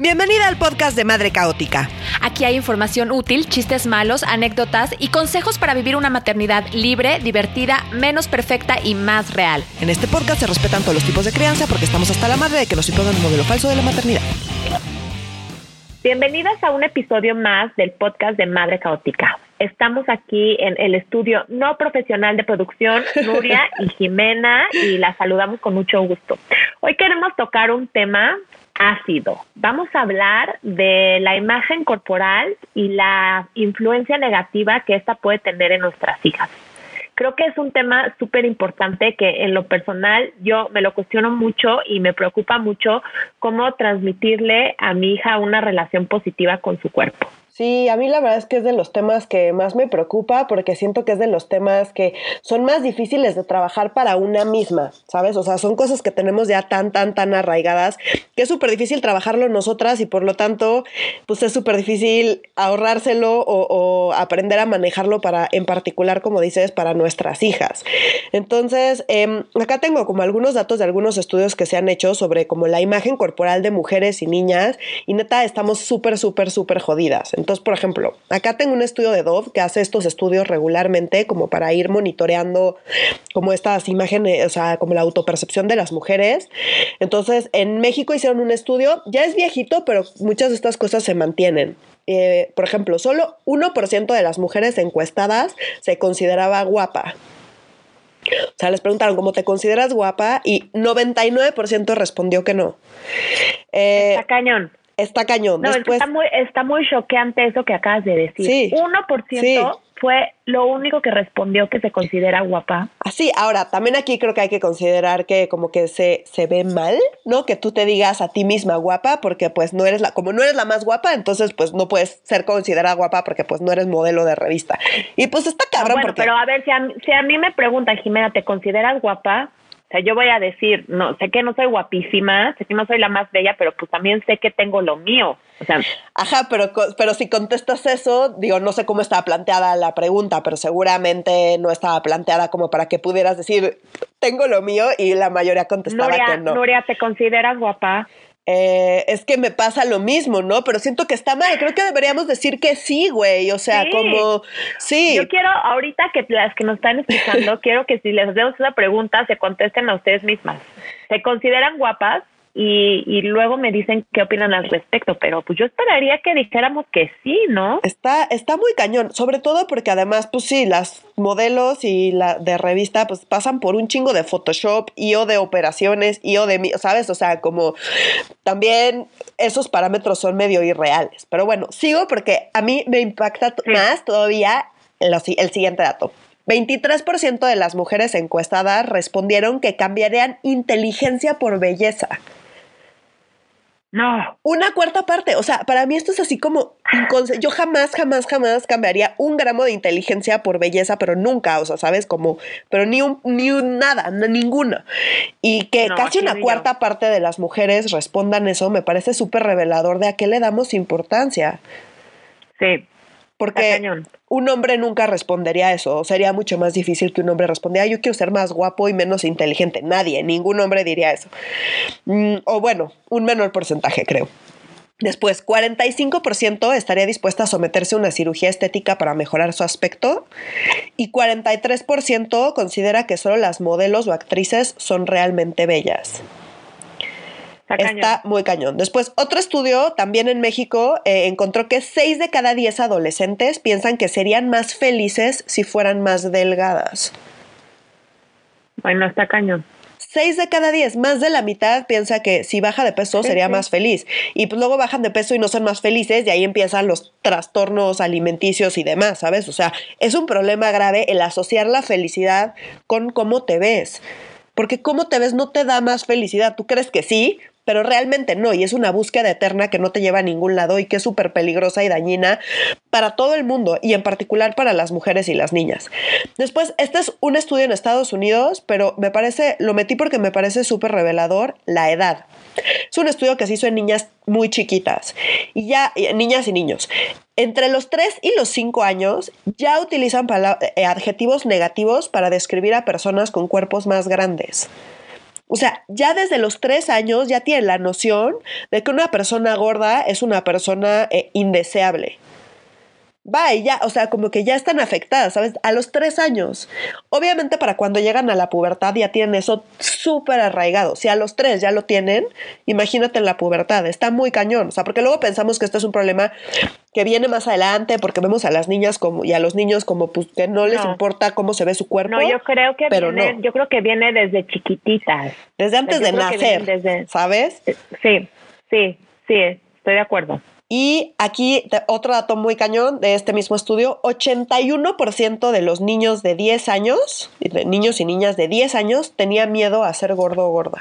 Bienvenida al podcast de Madre Caótica. Aquí hay información útil, chistes malos, anécdotas y consejos para vivir una maternidad libre, divertida, menos perfecta y más real. En este podcast se respetan todos los tipos de crianza porque estamos hasta la madre de que nos impongan un modelo falso de la maternidad. Bienvenidas a un episodio más del podcast de Madre Caótica. Estamos aquí en el estudio no profesional de producción, Nuria y Jimena, y las saludamos con mucho gusto. Hoy queremos tocar un tema ácido. Vamos a hablar de la imagen corporal y la influencia negativa que esta puede tener en nuestras hijas. Creo que es un tema súper importante que en lo personal yo me lo cuestiono mucho y me preocupa mucho cómo transmitirle a mi hija una relación positiva con su cuerpo. Sí, a mí la verdad es que es de los temas que más me preocupa porque siento que es de los temas que son más difíciles de trabajar para una misma, ¿sabes? O sea, son cosas que tenemos ya tan arraigadas que es súper difícil trabajarlo nosotras y por lo tanto, pues es súper difícil ahorrárselo o aprender a manejarlo para, en particular, como dices, para nuestras hijas. Entonces, acá tengo como algunos datos de algunos estudios que se han hecho sobre como la imagen corporal de mujeres y niñas y neta estamos súper jodidas. Entonces, por ejemplo, acá tengo un estudio de Dove que hace estos estudios regularmente como para ir monitoreando como estas imágenes, o sea, como la autopercepción de las mujeres. Entonces, en México hicieron un estudio, ya es viejito, pero muchas de estas cosas se mantienen. Por ejemplo, solo 1% de las mujeres encuestadas se consideraba guapa. O sea, les preguntaron ¿cómo te consideras guapa? Y 99% respondió que no. Está cañón. Está cañón. No, después, está muy choqueante eso que acabas de decir. Sí, 1% sí. fue lo único que respondió que se considera guapa. Así, ahora, también aquí creo que hay que considerar que como que se ve mal, ¿no? Que tú te digas a ti misma guapa porque pues no eres como no eres la más guapa, entonces pues no puedes ser considerada guapa porque pues no eres modelo de revista. Y pues está cabrón Bueno, porque... pero a ver, si a mí me preguntan, Jimena, ¿te consideras guapa? O sea, yo voy a decir, no, sé que no soy guapísima, sé que no soy la más bella, pero pues también sé que tengo lo mío. O sea, ajá, pero si contestas eso, digo, no sé cómo estaba planteada la pregunta, pero seguramente no estaba planteada como para que pudieras decir, tengo lo mío, y la mayoría contestaba que no. Nuria, ¿te consideras guapa? Es que me pasa lo mismo, ¿no? Pero siento que está mal. Creo que deberíamos decir que sí, güey. O sea, sí. como... Sí. Yo quiero, ahorita que las que nos están escuchando, quiero que si les hacemos esa pregunta, se contesten a ustedes mismas. ¿Se consideran guapas? Y luego me dicen qué opinan al respecto, pero pues yo esperaría que dijéramos que sí, ¿no? Está muy cañón, sobre todo porque además, pues sí, las modelos y la de revista pues pasan por un chingo de Photoshop y o de operaciones y o de, ¿sabes? O sea, como también esos parámetros son medio irreales. Pero bueno, sigo porque a mí me impacta más todavía el siguiente dato. 23% de las mujeres encuestadas respondieron que cambiarían inteligencia por belleza. No. Una cuarta parte. O sea, para mí esto es así como... Yo jamás cambiaría un gramo de inteligencia por belleza, pero nunca, o sea, ¿sabes? Como... Pero ni un nada, ninguna. Y que casi una cuarta parte de las mujeres respondan eso, me parece súper revelador de a qué le damos importancia. Sí. Porque un hombre nunca respondería a eso. Sería mucho más difícil que un hombre respondiera, yo quiero ser más guapo y menos inteligente. Ningún hombre diría eso. O bueno, un menor porcentaje, creo. Después, 45% estaría dispuesta a someterse a una cirugía estética para mejorar su aspecto y 43% considera que solo las modelos o actrices son realmente bellas. Está muy cañón. Después, otro estudio también en México encontró que 6 de cada 10 adolescentes piensan que serían más felices si fueran más delgadas. Bueno, está cañón. 6 de cada 10, más de la mitad piensa que si baja de peso sería más feliz. Y pues luego bajan de peso y no son más felices y ahí empiezan los trastornos alimenticios y demás, ¿sabes? O sea, es un problema grave el asociar la felicidad con cómo te ves. Porque cómo te ves no te da más felicidad. Tú crees que sí, pero realmente no, y es una búsqueda eterna que no te lleva a ningún lado y que es súper peligrosa y dañina para todo el mundo y en particular para las mujeres y las niñas. Después, este es un estudio en Estados Unidos, pero lo metí porque me parece súper revelador la edad. Es un estudio que se hizo en niñas muy chiquitas, niñas y niños. Entre los 3 y los 5 años ya utilizan adjetivos negativos para describir a personas con cuerpos más grandes. O sea, ya desde los 3 años ya tienen la noción de que una persona gorda es una persona indeseable. Va, y ya, o sea, como que ya están afectadas, ¿sabes? A los 3 años. Obviamente para cuando llegan a la pubertad ya tienen eso súper arraigado. Si a los 3 ya lo tienen, imagínate en la pubertad, está muy cañón. O sea, porque luego pensamos que esto es un problema que viene más adelante porque vemos a las niñas como y a los niños como pues que no les importa cómo se ve su cuerpo. No, yo creo que viene, yo creo que viene desde chiquititas. Desde antes de nacer, ¿sabes? Sí, estoy de acuerdo. Y aquí otro dato muy cañón de este mismo estudio, 81% de los niños de 10 años, niños y niñas de 10 años, tenían miedo a ser gordo o gorda.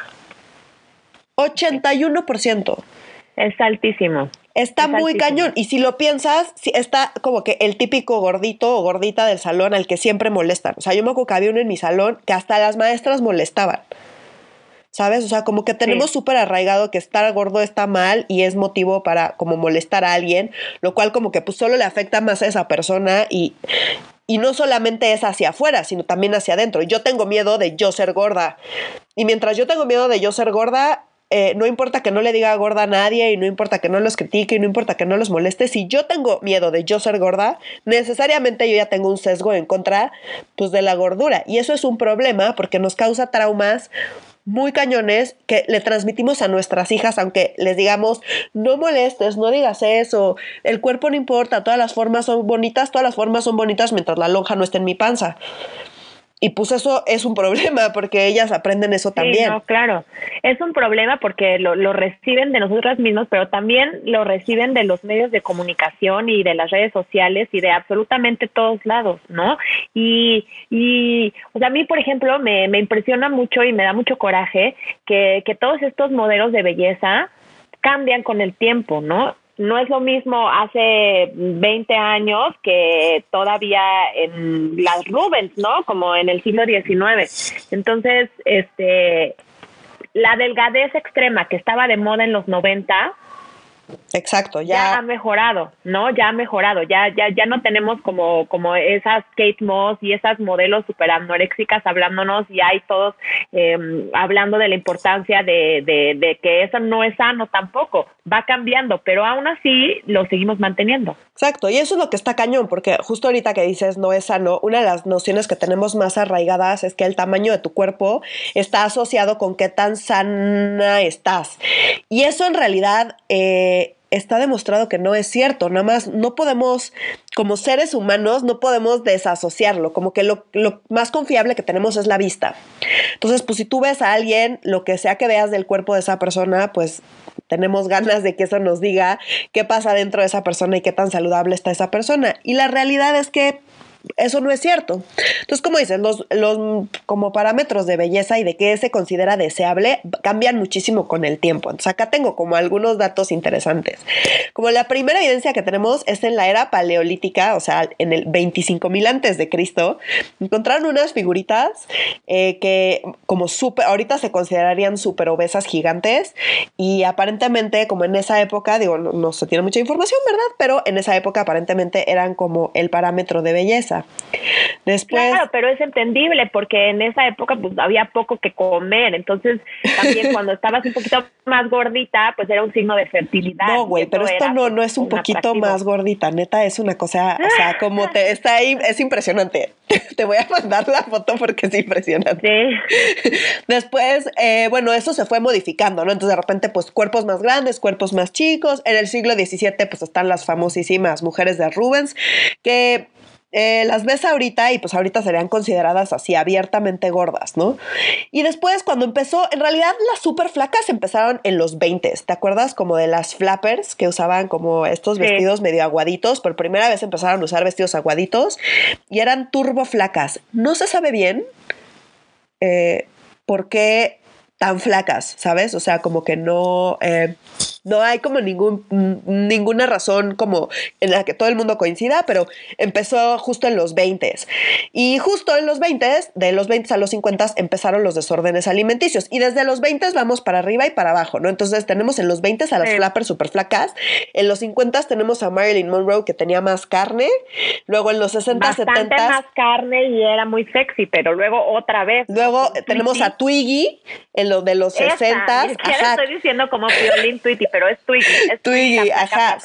81%. Es altísimo. Está muy cañón. Y si lo piensas, está como que el típico gordito o gordita del salón al que siempre molestan. O sea, yo me acuerdo que había uno en mi salón que hasta las maestras molestaban. ¿Sabes? O sea, como que tenemos súper arraigado que estar gordo está mal y es motivo para como molestar a alguien, lo cual como que pues solo le afecta más a esa persona y no solamente es hacia afuera, sino también hacia adentro. Yo tengo miedo de yo ser gorda. Y mientras yo tengo miedo de yo ser gorda, no importa que no le diga gorda a nadie y no importa que no los critique y no importa que no los moleste. Si yo tengo miedo de yo ser gorda, necesariamente yo ya tengo un sesgo en contra pues, de la gordura. Y eso es un problema porque nos causa traumas muy cañones que le transmitimos a nuestras hijas, aunque les digamos, no molestes, no digas eso, el cuerpo no importa, todas las formas son bonitas mientras la lonja no esté en mi panza. Y pues eso es un problema porque ellas aprenden eso también. Sí, no, claro. Es un problema porque lo reciben de nosotras mismas, pero también lo reciben de los medios de comunicación y de las redes sociales y de absolutamente todos lados, ¿no? Y o sea, a mí, por ejemplo, me impresiona mucho y me da mucho coraje que todos estos modelos de belleza cambian con el tiempo, ¿no? No es lo mismo hace 20 años que todavía en las Rubens, ¿no? Como en el siglo XIX. Entonces, la delgadez extrema que estaba de moda en los 90... Exacto, ya ha mejorado, ¿no? Ya ha mejorado, ya no tenemos como esas Kate Moss y esas modelos super anoréxicas hablándonos y hay todos hablando de la importancia de que eso no es sano tampoco. Va cambiando, pero aún así lo seguimos manteniendo. Exacto, y eso es lo que está cañón, porque justo ahorita que dices no es sano, una de las nociones que tenemos más arraigadas es que el tamaño de tu cuerpo está asociado con qué tan sana estás. Y eso en realidad está demostrado que no es cierto, nada más no podemos, como seres humanos, no podemos desasociarlo, como que lo más confiable que tenemos es la vista. Entonces, pues si tú ves a alguien, lo que sea que veas del cuerpo de esa persona, pues tenemos ganas de que eso nos diga qué pasa dentro de esa persona y qué tan saludable está esa persona. Y la realidad es que eso no es cierto. Entonces, como dices, los como parámetros de belleza y de qué se considera deseable cambian muchísimo con el tiempo. Entonces, acá tengo como algunos datos interesantes. Como la primera evidencia que tenemos es en la era paleolítica, o sea, en el 25,000 antes de Cristo, encontraron unas figuritas que como ahorita se considerarían súper obesas gigantes y aparentemente como en esa época, digo, no se tiene mucha información, ¿verdad? Pero en esa época aparentemente eran como el parámetro de belleza. Después, claro, pero es entendible porque en esa época pues había poco que comer, entonces también cuando estabas un poquito más gordita pues era un signo de fertilidad. No, güey, pero esto no es un poquito atractivo. Más gordita, neta es una cosa, o sea, como está ahí, es impresionante. Te voy a mandar la foto porque es impresionante. Sí. Después, bueno, eso se fue modificando, ¿no? Entonces de repente pues cuerpos más grandes, cuerpos más chicos. En el siglo XVII pues están las famosísimas mujeres de Rubens que las ves ahorita y pues ahorita serían consideradas así abiertamente gordas, ¿no? Y después cuando empezó, en realidad las súper flacas empezaron en los 20s, ¿te acuerdas? Como de las flappers que usaban como estos vestidos medio aguaditos, por primera vez empezaron a usar vestidos aguaditos y eran turbo flacas. No se sabe bien por qué tan flacas, ¿sabes? O sea, como que no No hay como ninguna razón como en la que todo el mundo coincida, pero empezó justo en los 20. Y justo en los 20, de los 20 a los 50, empezaron los desórdenes alimenticios. Y desde los 20 vamos para arriba y para abajo, ¿no? Entonces tenemos en los 20 a las flappers súper flacas. En los 50 tenemos a Marilyn Monroe, que tenía más carne. Luego en los 60, bastante 70. más carne y era muy sexy, pero luego otra vez. Luego tenemos a Twiggy en lo de los 60. Ajá. Estoy diciendo como Piolín Twiggy, pero es Twiggy. Es Twiggy, ajá,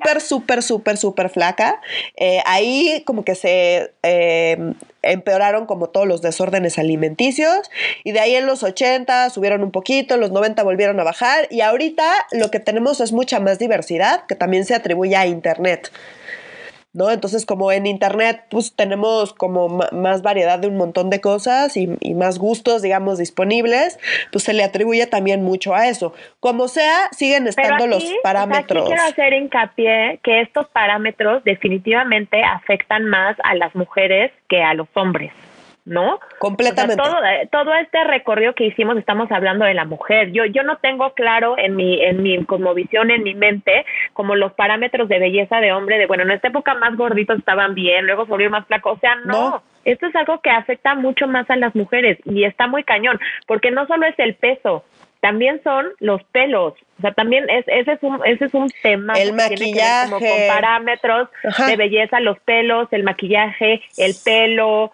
súper flaca. Ahí como que se empeoraron como todos los desórdenes alimenticios, y de ahí en los 80 subieron un poquito, en los 90 volvieron a bajar, y ahorita lo que tenemos es mucha más diversidad, que también se atribuye a Internet, ¿no? Entonces, como en Internet, pues tenemos como más variedad de un montón de cosas y más gustos, digamos, disponibles, pues se le atribuye también mucho a eso. Como sea, siguen estando los parámetros. O sea, aquí quiero hacer hincapié que estos parámetros definitivamente afectan más a las mujeres que a los hombres, ¿no? Completamente. O sea, todo este recorrido que hicimos, estamos hablando de la mujer. Yo no tengo claro en mi cosmovisión, en mi mente, como los parámetros de belleza de hombre, de bueno, en esta época más gorditos estaban bien, luego se volvieron más flacos. O sea, no. Esto es algo que afecta mucho más a las mujeres y está muy cañón, porque no solo es el peso, también son los pelos. O sea, también ese es un tema. El maquillaje. Tiene que ver como con parámetros de belleza, los pelos, el maquillaje, el pelo,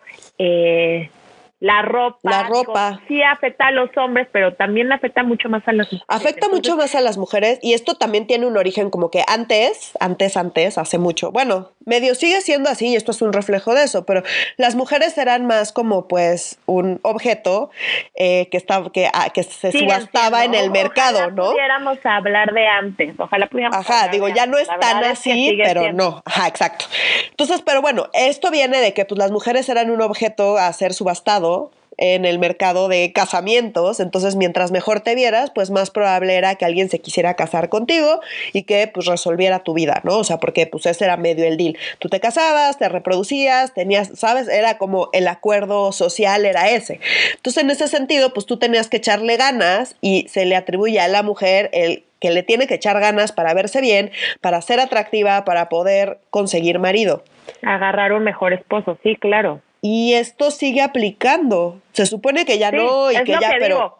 la ropa. Digo, sí afecta a los hombres, pero también afecta mucho más a las mujeres. Afecta mucho más a las mujeres, y esto también tiene un origen como que antes, hace mucho, bueno, medio sigue siendo así, y esto es un reflejo de eso, pero las mujeres eran más como pues un objeto que se subastaba en el mercado, ojalá ¿no? Pudiéramos hablar de antes, ojalá pudiéramos hablar digo, ya no es tan así, pero siendo. No, exacto. Entonces, pero bueno, esto viene de que pues las mujeres eran un objeto a ser subastado en el mercado de casamientos, entonces mientras mejor te vieras, pues más probable era que alguien se quisiera casar contigo y que pues resolviera tu vida, ¿no? O sea, porque pues ese era medio el deal. Tú te casabas, te reproducías, tenías, ¿sabes? Era como el acuerdo social era ese. Entonces, en ese sentido, pues tú tenías que echarle ganas, y se le atribuye a la mujer el que le tiene que echar ganas para verse bien, para ser atractiva, para poder conseguir marido. Agarrar un mejor esposo, sí, claro. Y esto sigue aplicando. Se supone que ya no, y es que lo ya, que pero digo.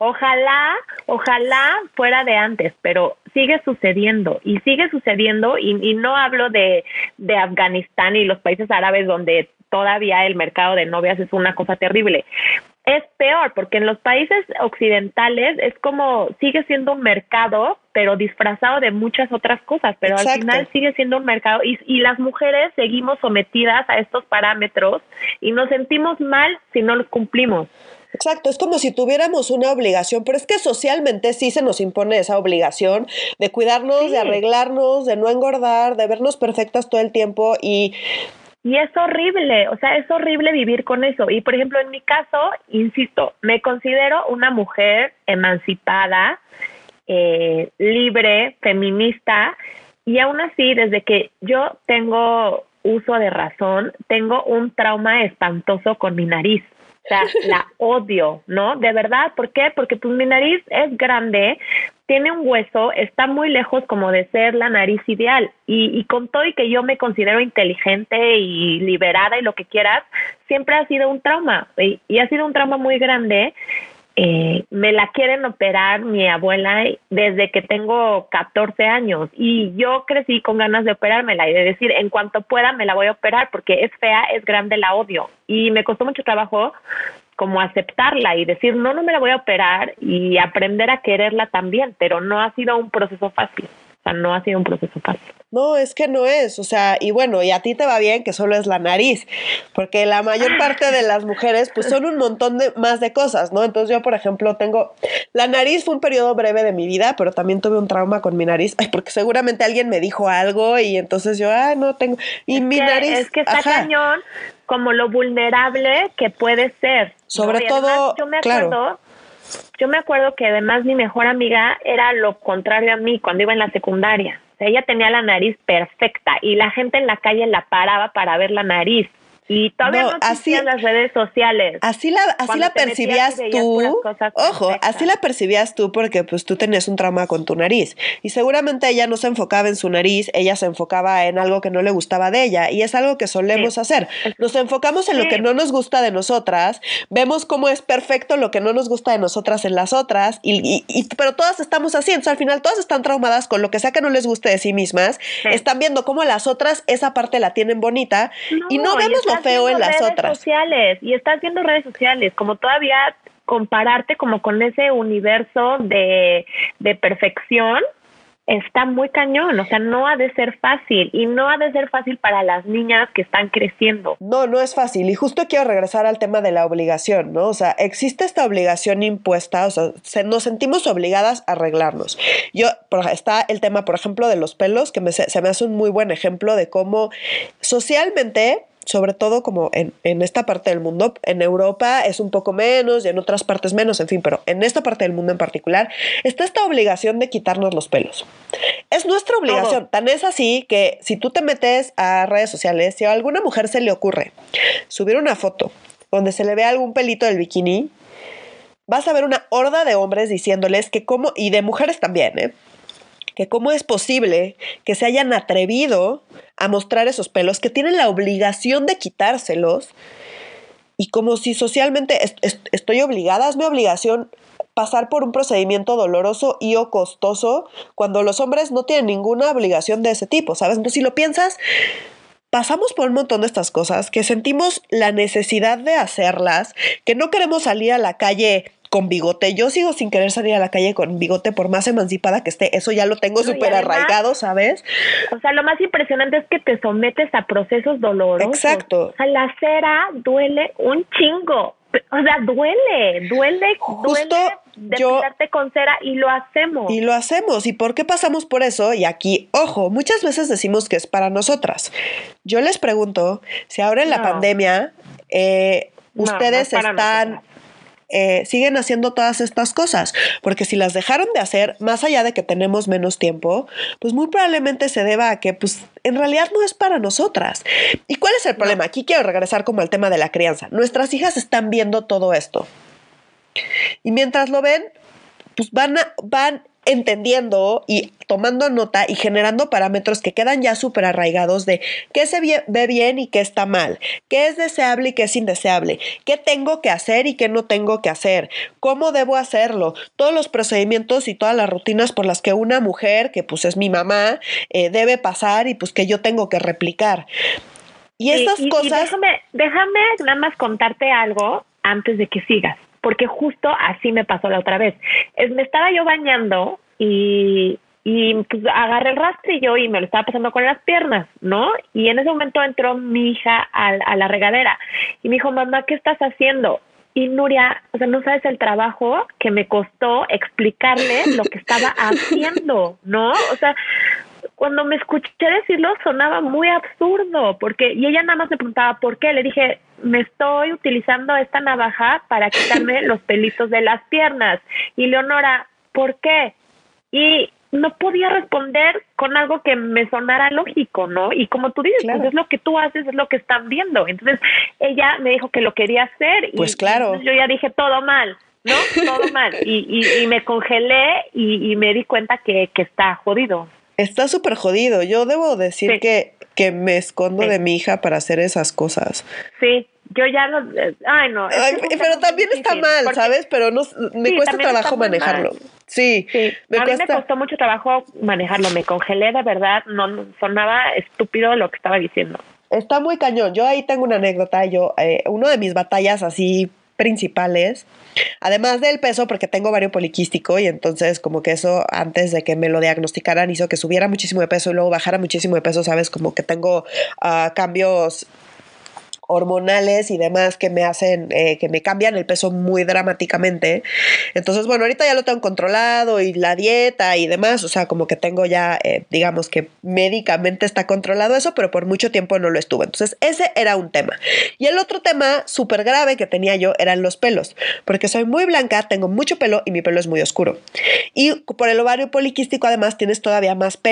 Ojalá fuera de antes, pero sigue sucediendo y no hablo de Afganistán y los países árabes donde todavía el mercado de novias es una cosa terrible. Es peor, porque en los países occidentales es como, sigue siendo un mercado, pero disfrazado de muchas otras cosas, pero Exacto. Al final sigue siendo un mercado, y las mujeres seguimos sometidas a estos parámetros y nos sentimos mal si no los cumplimos. Exacto, es como si tuviéramos una obligación, pero es que socialmente sí se nos impone esa obligación de cuidarnos, de arreglarnos, de no engordar, de vernos perfectas todo el tiempo, y es horrible, o sea, es horrible vivir con eso. Y, por ejemplo, en mi caso, insisto, me considero una mujer emancipada, libre, feminista, y aún así, desde que yo tengo uso de razón, tengo un trauma espantoso con mi nariz. O sea, la odio, ¿no? De verdad, ¿por qué? Porque pues mi nariz es grande, tiene un hueso, está muy lejos como de ser la nariz ideal, y con todo y que yo me considero inteligente y liberada y lo que quieras, siempre ha sido un trauma, y ha sido un trauma muy grande. Me la quieren operar mi abuela desde que tengo 14 años, y yo crecí con ganas de operármela y de decir, en cuanto pueda me la voy a operar porque es fea, es grande, la odio, y me costó mucho trabajo como aceptarla y decir, no me la voy a operar, y aprender a quererla también, pero no ha sido un proceso fácil. O sea, no ha sido un proceso fácil. No, es que no es, o sea, y bueno, y a ti te va bien que solo es la nariz, porque la mayor parte de las mujeres pues son un montón más de cosas, ¿no? Entonces yo, por ejemplo, la nariz fue un periodo breve de mi vida, pero también tuve un trauma con mi nariz, porque seguramente alguien me dijo algo y entonces yo, no tengo, y mi nariz. Es que está cañón como lo vulnerable que puede ser. Sobre todo, claro. Yo me acuerdo que además mi mejor amiga era lo contrario a mí cuando iba en la secundaria. O sea, ella tenía la nariz perfecta y la gente en la calle la paraba para ver la nariz. Y todavía no existían las redes sociales. Así la percibías tú. Ojo, así la percibías tú porque pues tú tenías un trauma con tu nariz. Y seguramente ella no se enfocaba en su nariz, ella se enfocaba en algo que no le gustaba de ella. Y es algo que solemos hacer. Nos enfocamos en lo que no nos gusta de nosotras, vemos cómo es perfecto lo que no nos gusta de nosotras en las otras, pero todas estamos así. Entonces al final todas están traumadas con lo que sea que no les guste de sí mismas. Están viendo cómo las otras esa parte la tienen bonita y no vemos lo feo en las otras. Y estás viendo redes sociales, como todavía compararte como con ese universo de perfección, está muy cañón. O sea, no ha de ser fácil, y no ha de ser fácil para las niñas que están creciendo. No es fácil, y justo quiero regresar al tema de la obligación, ¿no? O sea, existe esta obligación impuesta, o sea, nos sentimos obligadas a arreglarnos. Está el tema, por ejemplo, de los pelos, que se me hace un muy buen ejemplo de cómo socialmente, sobre todo como en esta parte del mundo, en Europa es un poco menos y en otras partes menos, en fin, pero en esta parte del mundo en particular está esta obligación de quitarnos los pelos. Es nuestra obligación, tan es así que si tú te metes a redes sociales, si a alguna mujer se le ocurre subir una foto donde se le ve algún pelito del bikini, vas a ver una horda de hombres diciéndoles que cómo, y de mujeres también, que cómo es posible que se hayan atrevido a mostrar esos pelos, que tienen la obligación de quitárselos, y como si socialmente estoy obligada, es mi obligación pasar por un procedimiento doloroso y o costoso, cuando los hombres no tienen ninguna obligación de ese tipo, ¿sabes? Entonces, si lo piensas, pasamos por un montón de estas cosas, que sentimos la necesidad de hacerlas, que no queremos salir a la calle con bigote. Yo sigo sin querer salir a la calle con bigote, por más emancipada que esté. Eso ya lo tengo súper arraigado, ¿sabes? O sea, lo más impresionante es que te sometes a procesos dolorosos. Exacto. O sea, la cera duele un chingo. O sea, duele depilarte con cera, y lo hacemos. ¿Y por qué pasamos por eso? Y aquí, ojo, muchas veces decimos que es para nosotras. Yo les pregunto si ahora en la pandemia ustedes están... siguen haciendo todas estas cosas, porque si las dejaron de hacer, más allá de que tenemos menos tiempo, pues muy probablemente se deba a que pues en realidad no es para nosotras. ¿Y cuál es el problema? Aquí quiero regresar como al tema de la crianza. Nuestras hijas están viendo todo esto, y mientras lo ven, pues van entendiendo y tomando nota y generando parámetros que quedan ya súper arraigados de qué se ve bien y qué está mal, qué es deseable y qué es indeseable, qué tengo que hacer y qué no tengo que hacer, cómo debo hacerlo, todos los procedimientos y todas las rutinas por las que una mujer, que pues es mi mamá, debe pasar y pues que yo tengo que replicar. Y estas cosas... Déjame nada más contarte algo antes de que sigas, porque justo así me pasó la otra vez. Me estaba yo bañando y pues agarré el rastrillo y me lo estaba pasando con las piernas, ¿no? Y en ese momento entró mi hija a la regadera y me dijo, mamá, ¿qué estás haciendo? Y Nuria, o sea, no sabes el trabajo que me costó explicarle lo que estaba haciendo, ¿no? O sea, cuando me escuché decirlo sonaba muy absurdo, y ella nada más me preguntaba ¿por qué? Le dije, me estoy utilizando esta navaja para quitarme los pelitos de las piernas. Y Leonora, ¿por qué? Y no podía responder con algo que me sonara lógico, ¿no? Y como tú dices, pues es lo que tú haces, es lo que están viendo. Entonces ella me dijo que lo quería hacer, pues claro. Y yo ya dije todo mal, ¿no? Todo mal. Y me congelé y me di cuenta que está jodido. Está súper jodido. Yo debo decir que me escondo de mi hija para hacer esas cosas. Sí, yo ya no... Ay, no. Pero también está mal, ¿sabes? Pero me cuesta trabajo manejarlo. Sí, a mí me costó mucho trabajo manejarlo. Me congelé, de verdad. No sonaba estúpido lo que estaba diciendo. Está muy cañón. Yo ahí tengo una anécdota. Uno de mis batallas así principales, además del peso, porque tengo ovario poliquístico, y entonces como que eso antes de que me lo diagnosticaran hizo que subiera muchísimo de peso y luego bajara muchísimo de peso, ¿sabes? Como que tengo cambios hormonales y demás que me hacen, que me cambian el peso muy dramáticamente. Entonces, bueno, ahorita ya lo tengo controlado y la dieta y demás, o sea, como que tengo ya, digamos que médicamente está controlado eso, pero por mucho tiempo no lo estuvo. Entonces, ese era un tema. Y el otro tema súper grave que tenía yo eran los pelos, porque soy muy blanca, tengo mucho pelo y mi pelo es muy oscuro. Y por el ovario poliquístico, además, tienes todavía más pelo.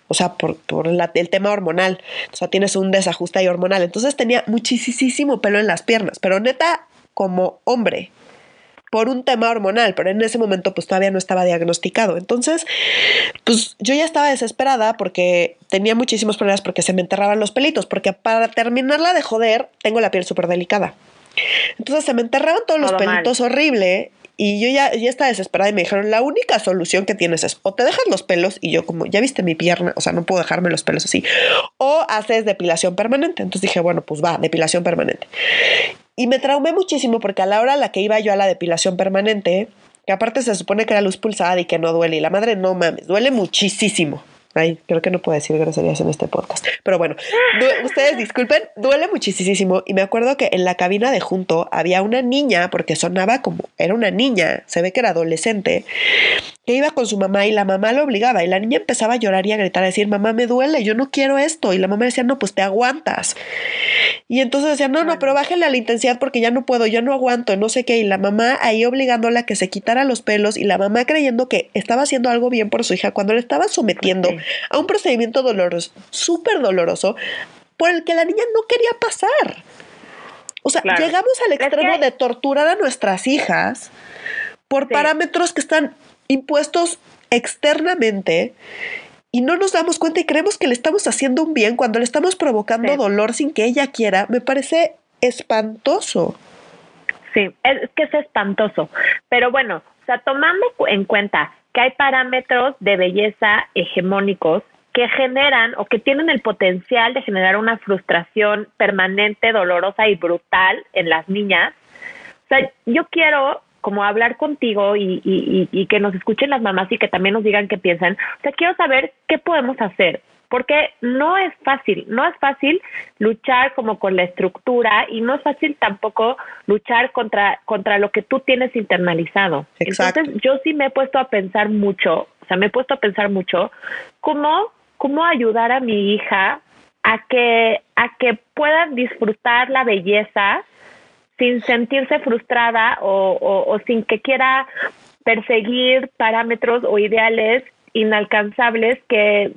O sea, por el tema hormonal. O sea, tienes un desajuste ahí hormonal. Entonces tenía muchísimo pelo en las piernas, pero neta, como hombre, por un tema hormonal, pero en ese momento pues todavía no estaba diagnosticado. Entonces, pues yo ya estaba desesperada porque tenía muchísimos problemas porque se me enterraban los pelitos, porque para terminarla de joder, tengo la piel súper delicada. Entonces se me enterraban todos los pelitos horrible. Y yo ya estaba desesperada y me dijeron, la única solución que tienes es o te dejas los pelos, y yo como, ya viste mi pierna, o sea, no puedo dejarme los pelos así, o haces depilación permanente. Entonces dije, bueno, pues va, depilación permanente. Y me traumé muchísimo porque a la hora a la que iba yo a la depilación permanente, que aparte se supone que era luz pulsada y que no duele, y la madre, no mames, duele muchísimo. Ay, creo que no puedo decir groserías en este podcast. Pero bueno, ustedes disculpen, duele muchísimo. Y me acuerdo que en la cabina de junto había una niña, porque sonaba como, era una niña, se ve que era adolescente, que iba con su mamá y la mamá lo obligaba. Y la niña empezaba a llorar y a gritar, a decir, mamá, me duele, yo no quiero esto. Y la mamá decía, no, pues te aguantas. Y entonces decía, no, pero bájale a la intensidad porque ya no puedo, yo no aguanto, no sé qué. Y la mamá ahí obligándola a que se quitara los pelos y la mamá creyendo que estaba haciendo algo bien por su hija cuando le estaba sometiendo a un procedimiento doloroso, súper doloroso, por el que la niña no quería pasar. O sea, llegamos al extremo de torturar a nuestras hijas por parámetros que están impuestos externamente y no nos damos cuenta y creemos que le estamos haciendo un bien cuando le estamos provocando dolor sin que ella quiera. Me parece espantoso. Sí, es que es espantoso. Pero bueno, o sea, tomando en cuenta que hay parámetros de belleza hegemónicos que generan o que tienen el potencial de generar una frustración permanente, dolorosa y brutal en las niñas. O sea, yo quiero como hablar contigo y que nos escuchen las mamás y que también nos digan qué piensan. O sea, quiero saber qué podemos hacer, porque no es fácil luchar como con la estructura y no es fácil tampoco luchar contra lo que tú tienes internalizado. Exacto. Entonces, yo sí me he puesto a pensar mucho, cómo ayudar a mi hija a que pueda disfrutar la belleza sin sentirse frustrada o sin que quiera perseguir parámetros o ideales inalcanzables que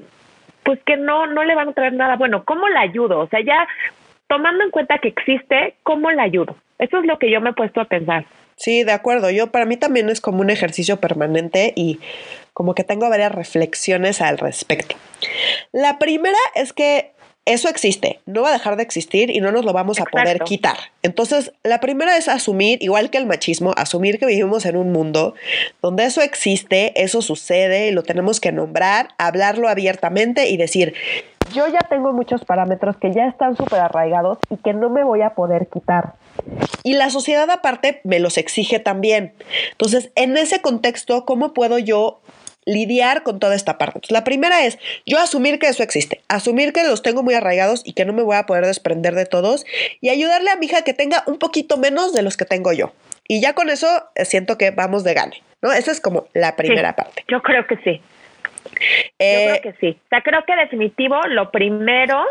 no le van a traer nada bueno. ¿Cómo la ayudo? O sea, ya tomando en cuenta que existe, ¿cómo la ayudo? Eso es lo que yo me he puesto a pensar. Sí, de acuerdo. Para mí también es como un ejercicio permanente y como que tengo varias reflexiones al respecto. La primera es que eso existe, no va a dejar de existir y no nos lo vamos a poder quitar. Entonces, la primera es asumir, igual que el machismo, asumir que vivimos en un mundo donde eso existe, eso sucede y lo tenemos que nombrar, hablarlo abiertamente y decir, yo ya tengo muchos parámetros que ya están súper arraigados y que no me voy a poder quitar. Y la sociedad aparte me los exige también. Entonces, en ese contexto, ¿cómo puedo yo lidiar con toda esta parte? Entonces, la primera es yo asumir que eso existe, asumir que los tengo muy arraigados y que no me voy a poder desprender de todos y ayudarle a mi hija que tenga un poquito menos de los que tengo yo. Y ya con eso siento que vamos de gane, ¿no? Esa es como la primera parte. Yo creo que sí. Yo creo que sí. O sea, creo que definitivo lo primero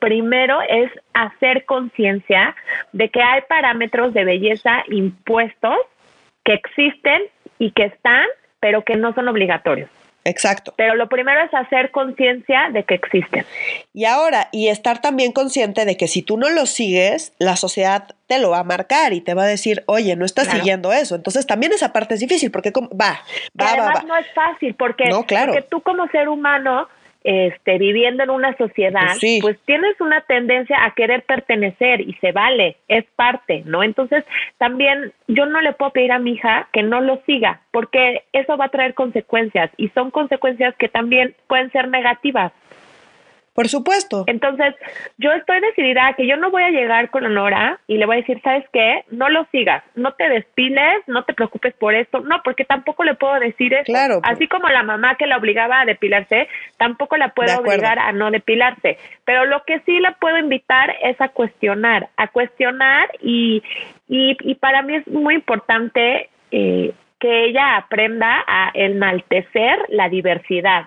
es hacer conciencia de que hay parámetros de belleza impuestos que existen y que están, pero que no son obligatorios. Exacto. Pero lo primero es hacer conciencia de que existen. Y ahora, y estar también consciente de que si tú no lo sigues, la sociedad te lo va a marcar y te va a decir, oye, no estás siguiendo eso. Entonces también esa parte es difícil porque además no es fácil porque tú como ser humano viviendo en una sociedad, pues tienes una tendencia a querer pertenecer y se vale, es parte, ¿no? Entonces, también yo no le puedo pedir a mi hija que no lo siga, porque eso va a traer consecuencias y son consecuencias que también pueden ser negativas. Por supuesto. Entonces, yo estoy decidida a que yo no voy a llegar con Honora y le voy a decir, ¿sabes qué? No lo sigas, no te despiles, no te preocupes por esto. No, porque tampoco le puedo decir eso. Claro. Así como la mamá que la obligaba a depilarse, tampoco la puedo obligar a no depilarse. Pero lo que sí la puedo invitar es a cuestionar y para mí es muy importante que ella aprenda a enaltecer la diversidad.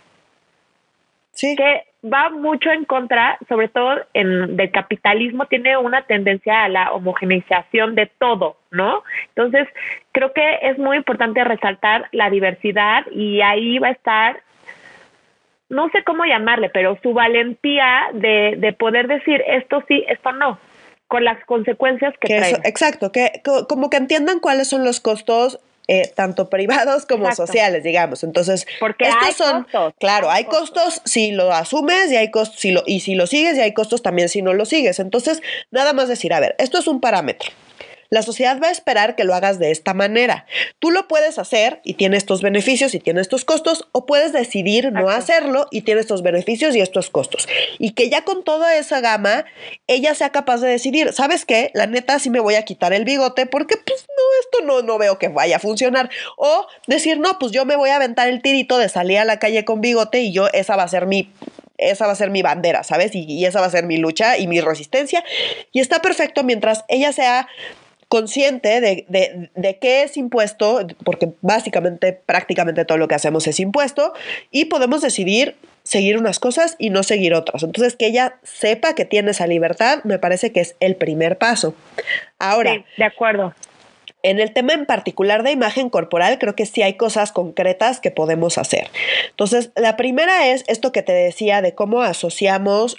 Sí. Que va mucho en contra, sobre todo del capitalismo, tiene una tendencia a la homogeneización de todo, ¿no? Entonces, creo que es muy importante resaltar la diversidad y ahí va a estar no sé cómo llamarle, pero su valentía de poder decir esto sí, esto no, con las consecuencias que trae. Exacto, que como que entiendan cuáles son los costos tanto privados como sociales, digamos. Entonces, porque estos son costos. Claro, hay costos si lo asumes y hay costos si lo sigues, y hay costos también si no lo sigues. Entonces, nada más decir, a ver, esto es un parámetro. La sociedad va a esperar que lo hagas de esta manera. Tú lo puedes hacer y tiene estos beneficios y tiene estos costos, o puedes decidir no hacerlo y tiene estos beneficios y estos costos. Y que ya con toda esa gama, ella sea capaz de decidir, ¿sabes qué? La neta sí me voy a quitar el bigote porque pues esto no veo que vaya a funcionar. O decir, no, pues yo me voy a aventar el tirito de salir a la calle con bigote y esa va a ser mi bandera, ¿sabes? Y esa va a ser mi lucha y mi resistencia. Y está perfecto mientras ella sea consciente de qué es impuesto, porque básicamente, prácticamente todo lo que hacemos es impuesto, y podemos decidir seguir unas cosas y no seguir otras. Entonces, que ella sepa que tiene esa libertad, me parece que es el primer paso. Ahora, sí, de acuerdo. En el tema en particular de imagen corporal, creo que sí hay cosas concretas que podemos hacer. Entonces, la primera es esto que te decía de cómo asociamos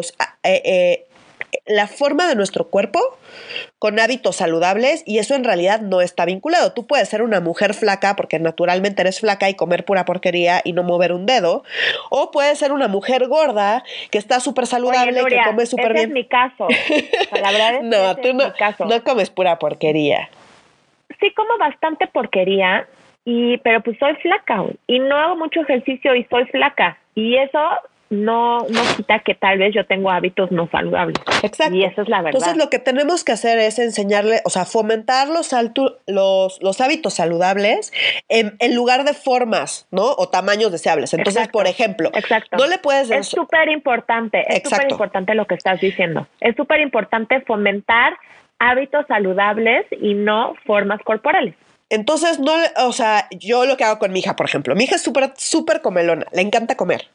la forma de nuestro cuerpo con hábitos saludables, y eso en realidad no está vinculado. Tú puedes ser una mujer flaca porque naturalmente eres flaca y comer pura porquería y no mover un dedo, o puedes ser una mujer gorda que está súper saludable. Oye, Nuria, que come súper bien. Ese es mi caso. La verdad es no, tú no comes pura porquería. Sí como bastante porquería, pero pues soy flaca y no hago mucho ejercicio y soy flaca, y eso no quita que tal vez yo tengo hábitos no saludables. Exacto. Y eso es la verdad. Entonces lo que tenemos que hacer es enseñarle, o sea, fomentar los hábitos saludables en lugar de formas, ¿no? O tamaños deseables. Entonces, por ejemplo, no le puedes... Es súper importante, lo que estás diciendo. Es súper importante fomentar hábitos saludables y no formas corporales. Entonces, yo lo que hago con mi hija, por ejemplo, mi hija es súper comelona, le encanta comer.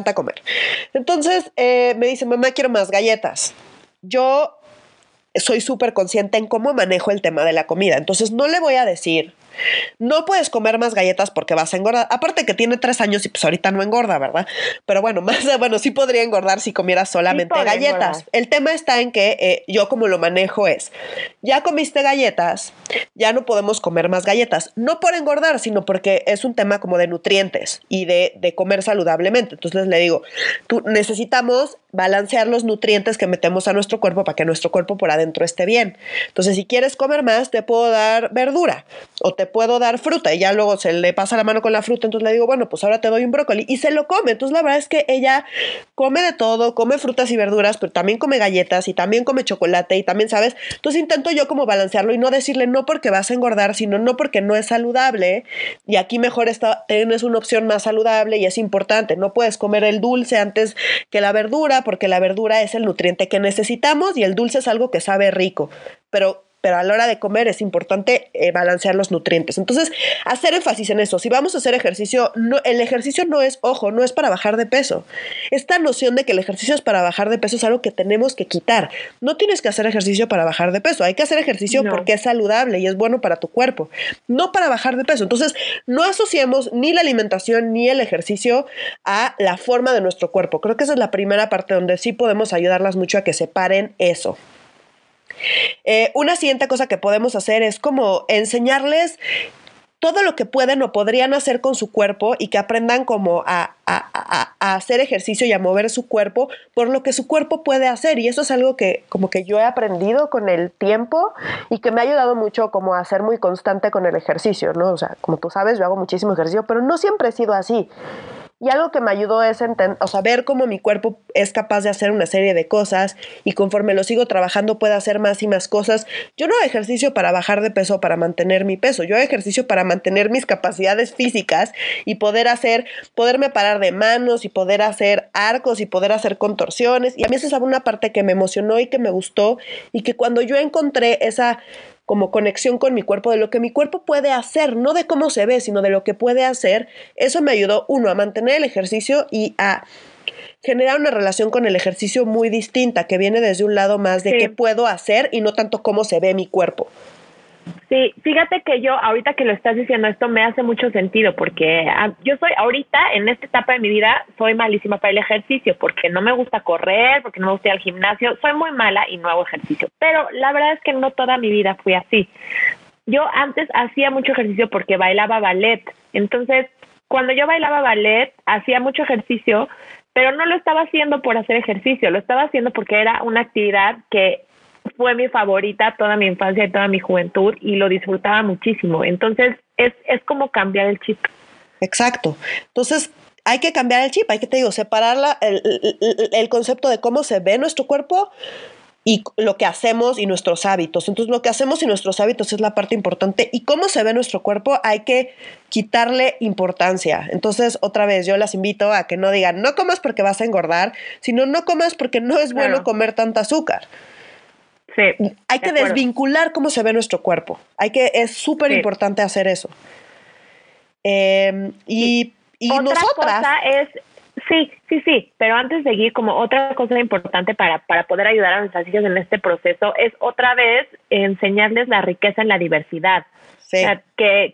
Entonces, me dice, mamá, quiero más galletas. Yo soy súper consciente en cómo manejo el tema de la comida. Entonces, no le voy a decir, no puedes comer más galletas porque vas a engordar. Aparte que tiene 3 años y pues ahorita no engorda, ¿verdad? Pero bueno, sí podría engordar si comiera solamente galletas. Engordar. El tema está en que yo como lo manejo es, ya comiste galletas, ya no podemos comer más galletas. No por engordar, sino porque es un tema como de nutrientes y de comer saludablemente. Entonces le digo, necesitamos balancear los nutrientes que metemos a nuestro cuerpo para que nuestro cuerpo por adentro esté bien. Entonces, si quieres comer más, te puedo dar verdura o te puedo dar fruta, y ya luego se le pasa la mano con la fruta. Entonces le digo, bueno, pues ahora te doy un brócoli, y se lo come. Entonces la verdad es que ella come de todo, come frutas y verduras, pero también come galletas y también come chocolate y también, ¿sabes? Entonces intento yo como balancearlo y no decirle no porque vas a engordar, sino no porque no es saludable, y aquí mejor tienes una opción más saludable y es importante. No puedes comer el dulce antes que la verdura, porque la verdura es el nutriente que necesitamos y el dulce es algo que sabe rico, pero a la hora de comer es importante balancear los nutrientes. Entonces, hacer énfasis en eso. Si vamos a hacer ejercicio, el ejercicio no es para bajar de peso. Esta noción de que el ejercicio es para bajar de peso es algo que tenemos que quitar. No tienes que hacer ejercicio para bajar de peso. Hay que hacer ejercicio porque es saludable y es bueno para tu cuerpo, no para bajar de peso. Entonces, no asociemos ni la alimentación ni el ejercicio a la forma de nuestro cuerpo. Creo que esa es la primera parte donde sí podemos ayudarlas mucho a que separen eso. Una siguiente cosa que podemos hacer es como enseñarles todo lo que pueden o podrían hacer con su cuerpo, y que aprendan como a hacer ejercicio y a mover su cuerpo por lo que su cuerpo puede hacer. Y eso es algo que como que yo he aprendido con el tiempo y que me ha ayudado mucho como a ser muy constante con el ejercicio, ¿no? O sea, como tú sabes, yo hago muchísimo ejercicio, pero no siempre he sido así. Y algo que me ayudó es ver cómo mi cuerpo es capaz de hacer una serie de cosas, y conforme lo sigo trabajando puedo hacer más y más cosas. Yo no hago ejercicio para bajar de peso o para mantener mi peso. Yo hago ejercicio para mantener mis capacidades físicas y poderme parar de manos y poder hacer arcos y poder hacer contorsiones. Y a mí esa es una parte que me emocionó y que me gustó, y que cuando yo encontré esa como conexión con mi cuerpo, de lo que mi cuerpo puede hacer, no de cómo se ve, sino de lo que puede hacer, eso me ayudó, a mantener el ejercicio y a generar una relación con el ejercicio muy distinta, que viene desde un lado más de qué puedo hacer y no tanto cómo se ve mi cuerpo. Sí, fíjate que yo, ahorita que lo estás diciendo, esto me hace mucho sentido porque yo soy ahorita, en esta etapa de mi vida, soy malísima para el ejercicio porque no me gusta correr, porque no me gusta ir al gimnasio, soy muy mala y no hago ejercicio. Pero la verdad es que no toda mi vida fui así. Yo antes hacía mucho ejercicio porque bailaba ballet. Entonces, cuando yo bailaba ballet, hacía mucho ejercicio, pero no lo estaba haciendo por hacer ejercicio, lo estaba haciendo porque era una actividad que fue mi favorita toda mi infancia y toda mi juventud y lo disfrutaba muchísimo. Entonces, es como cambiar el chip. Exacto. Entonces, hay que cambiar el chip, hay que, te digo, separar el concepto de cómo se ve nuestro cuerpo y lo que hacemos y nuestros hábitos. Entonces, lo que hacemos y nuestros hábitos es la parte importante, y cómo se ve nuestro cuerpo hay que quitarle importancia. Entonces, otra vez, yo las invito a que no digan, no comas porque vas a engordar, sino no comas porque no es bueno comer tanta azúcar. Sí, hay que desvincular cómo se ve nuestro cuerpo. Es súper importante hacer eso. Y otra nosotras... cosa es... Sí, pero antes de seguir, como otra cosa importante para poder ayudar a nuestras hijas en este proceso es otra vez enseñarles la riqueza en la diversidad. Sí. O sea,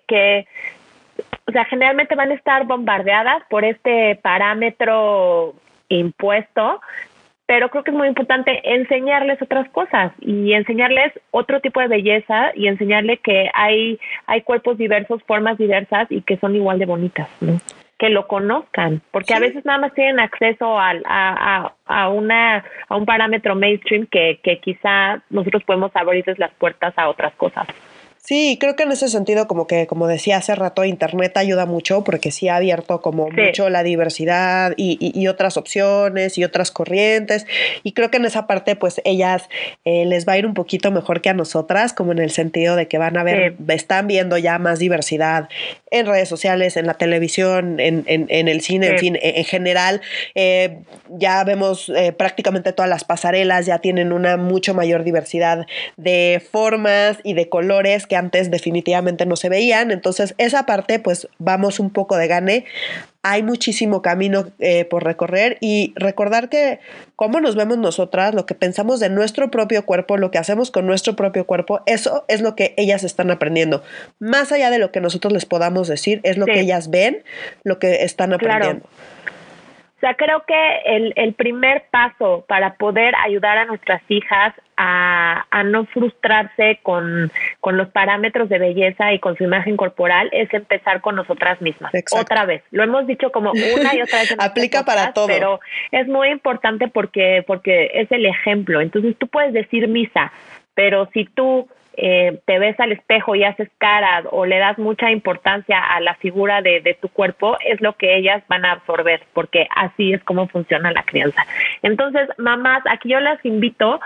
o sea, generalmente van a estar bombardeadas por este parámetro impuesto, pero creo que es muy importante enseñarles otras cosas y enseñarles otro tipo de belleza y enseñarles que hay cuerpos diversos, formas diversas y que son igual de bonitas, ¿no? Que lo conozcan, porque a veces nada más tienen acceso a un parámetro mainstream que quizá nosotros podemos abrirles las puertas a otras cosas. Sí, creo que en ese sentido, como decía hace rato, Internet ayuda mucho porque sí ha abierto mucho la diversidad y otras opciones y otras corrientes, y creo que en esa parte pues ellas les va a ir un poquito mejor que a nosotras, como en el sentido de que van a ver, están viendo ya más diversidad en redes sociales, en la televisión, en el cine, en fin, en general. Ya vemos prácticamente todas las pasarelas, ya tienen una mucho mayor diversidad de formas y de colores que antes definitivamente no se veían. Entonces, esa parte, pues vamos un poco de gane. Hay muchísimo camino por recorrer, y recordar que cómo nos vemos nosotras, lo que pensamos de nuestro propio cuerpo, lo que hacemos con nuestro propio cuerpo, eso es lo que ellas están aprendiendo. Más allá de lo que nosotros les podamos decir, es lo que ellas ven, lo que están aprendiendo. Claro. O sea, creo que el primer paso para poder ayudar a nuestras hijas a no frustrarse con los parámetros de belleza y con su imagen corporal es empezar con nosotras mismas. Exacto. Otra vez. Lo hemos dicho como una y otra vez. Aplica para todo. Pero es muy importante porque es el ejemplo. Entonces tú puedes decir misa, pero si tú te ves al espejo y haces caras o le das mucha importancia a la figura de tu cuerpo, es lo que ellas van a absorber, porque así es como funciona la crianza. Entonces, mamás, aquí yo las invito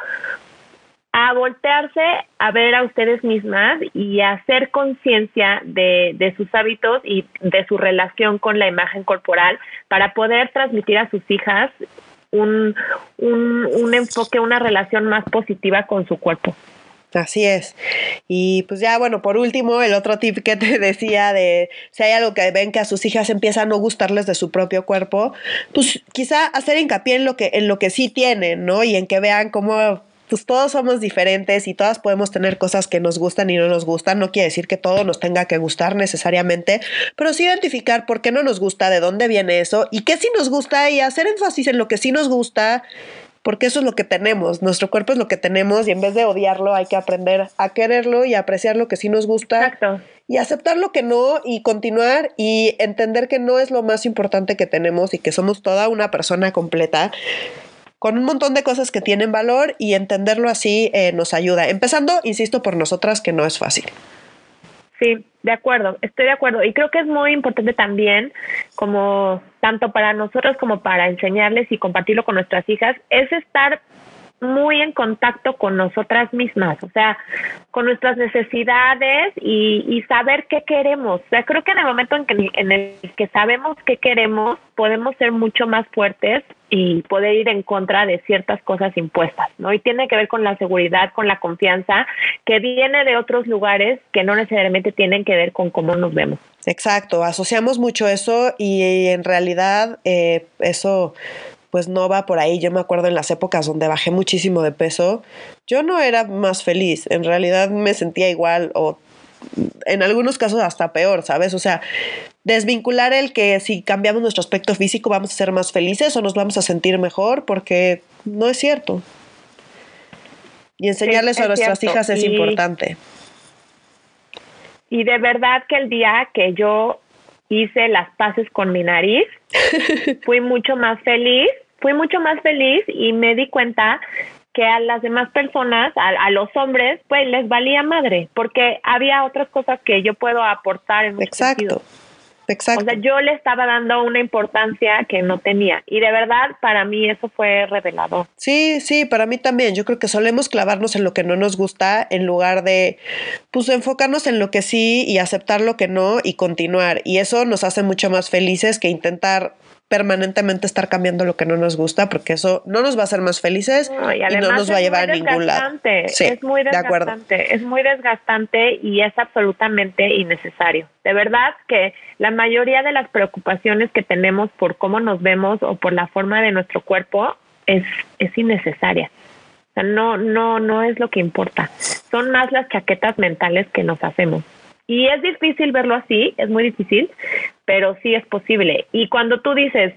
a voltearse a ver a ustedes mismas y a hacer conciencia de sus hábitos y de su relación con la imagen corporal para poder transmitir a sus hijas un enfoque, una relación más positiva con su cuerpo. Así es. Y pues ya, bueno, por último, el otro tip que te decía de si hay algo que ven que a sus hijas empieza a no gustarles de su propio cuerpo, pues quizá hacer hincapié en lo que sí tienen, ¿no? Y en que vean cómo pues todos somos diferentes y todas podemos tener cosas que nos gustan y no nos gustan. No quiere decir que todo nos tenga que gustar necesariamente, pero sí identificar por qué no nos gusta, de dónde viene eso y qué sí nos gusta, y hacer énfasis en lo que sí nos gusta, porque eso es lo que tenemos, nuestro cuerpo es lo que tenemos, y en vez de odiarlo hay que aprender a quererlo y apreciar lo que sí nos gusta. Exacto. Y aceptar lo que no, y continuar y entender que no es lo más importante que tenemos y que somos toda una persona completa con un montón de cosas que tienen valor, y entenderlo así nos ayuda, empezando, insisto, por nosotras, que no es fácil. Sí, de acuerdo, estoy de acuerdo. Y creo que es muy importante también, como tanto para nosotros como para enseñarles y compartirlo con nuestras hijas, es estar muy en contacto con nosotras mismas, o sea, con nuestras necesidades y saber qué queremos. O sea, creo que en el momento en el que sabemos qué queremos, podemos ser mucho más fuertes y poder ir en contra de ciertas cosas impuestas, ¿no? Y tiene que ver con la seguridad, con la confianza, que viene de otros lugares que no necesariamente tienen que ver con cómo nos vemos. Exacto, asociamos mucho eso, y en realidad eso pues no va por ahí. Yo me acuerdo en las épocas donde bajé muchísimo de peso, yo no era más feliz, en realidad me sentía igual o en algunos casos hasta peor, ¿sabes? O sea, desvincular el que si cambiamos nuestro aspecto físico vamos a ser más felices o nos vamos a sentir mejor, porque no es cierto. Y enseñarles a nuestras hijas es importante. Y de verdad que el día que yo hice las paces con mi nariz, fui mucho más feliz y me di cuenta que a las demás personas, a los hombres, pues les valía madre, porque había otras cosas que yo puedo aportar en muchos sentidos. Exacto. O sea, yo le estaba dando una importancia que no tenía. Y de verdad, para mí eso fue revelador. Sí, para mí también. Yo creo que solemos clavarnos en lo que no nos gusta en lugar de, pues, enfocarnos en lo que sí y aceptar lo que no y continuar. Y eso nos hace mucho más felices que intentar permanentemente estar cambiando lo que no nos gusta, porque eso no nos va a hacer más felices y no nos va a llevar a ningún lado. Sí, es muy desgastante, es muy desgastante y es absolutamente innecesario. De verdad que la mayoría de las preocupaciones que tenemos por cómo nos vemos o por la forma de nuestro cuerpo es innecesaria. O sea, no es lo que importa. Son más las chaquetas mentales que nos hacemos. Y es difícil verlo así, es muy difícil, pero sí es posible. Y cuando tú dices,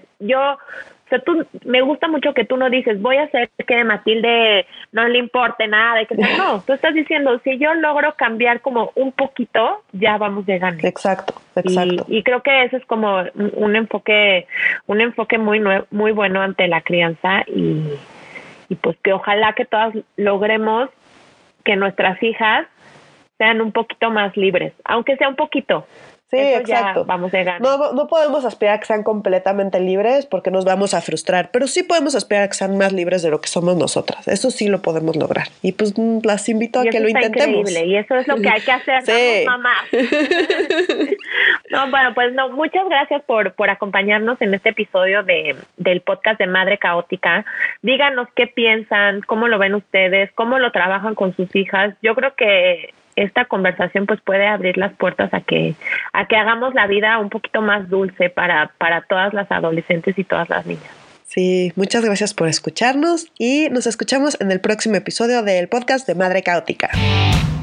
me gusta mucho que tú no dices, voy a hacer que Matilde no le importe nada. No, tú estás diciendo, si yo logro cambiar como un poquito, ya vamos llegando. Exacto. Y creo que ese es como un enfoque muy bueno ante la crianza y pues que ojalá que todas logremos que nuestras hijas sean un poquito más libres, aunque sea un poquito. Sí, eso exacto. Ya vamos llegando. No podemos aspirar a que sean completamente libres porque nos vamos a frustrar, pero sí podemos aspirar a que sean más libres de lo que somos nosotras. Eso sí lo podemos lograr. Y pues las invito a que lo intentemos. Increíble. Y eso es lo que hay que hacer, sí. Mamá. No, bueno, pues no, muchas gracias por acompañarnos en este episodio del podcast de Madre Caótica. Díganos qué piensan, cómo lo ven ustedes, cómo lo trabajan con sus hijas. Yo creo que esta conversación pues puede abrir las puertas a que hagamos la vida un poquito más dulce para todas las adolescentes y todas las niñas. Sí, muchas gracias por escucharnos y nos escuchamos en el próximo episodio del podcast de Madre Caótica.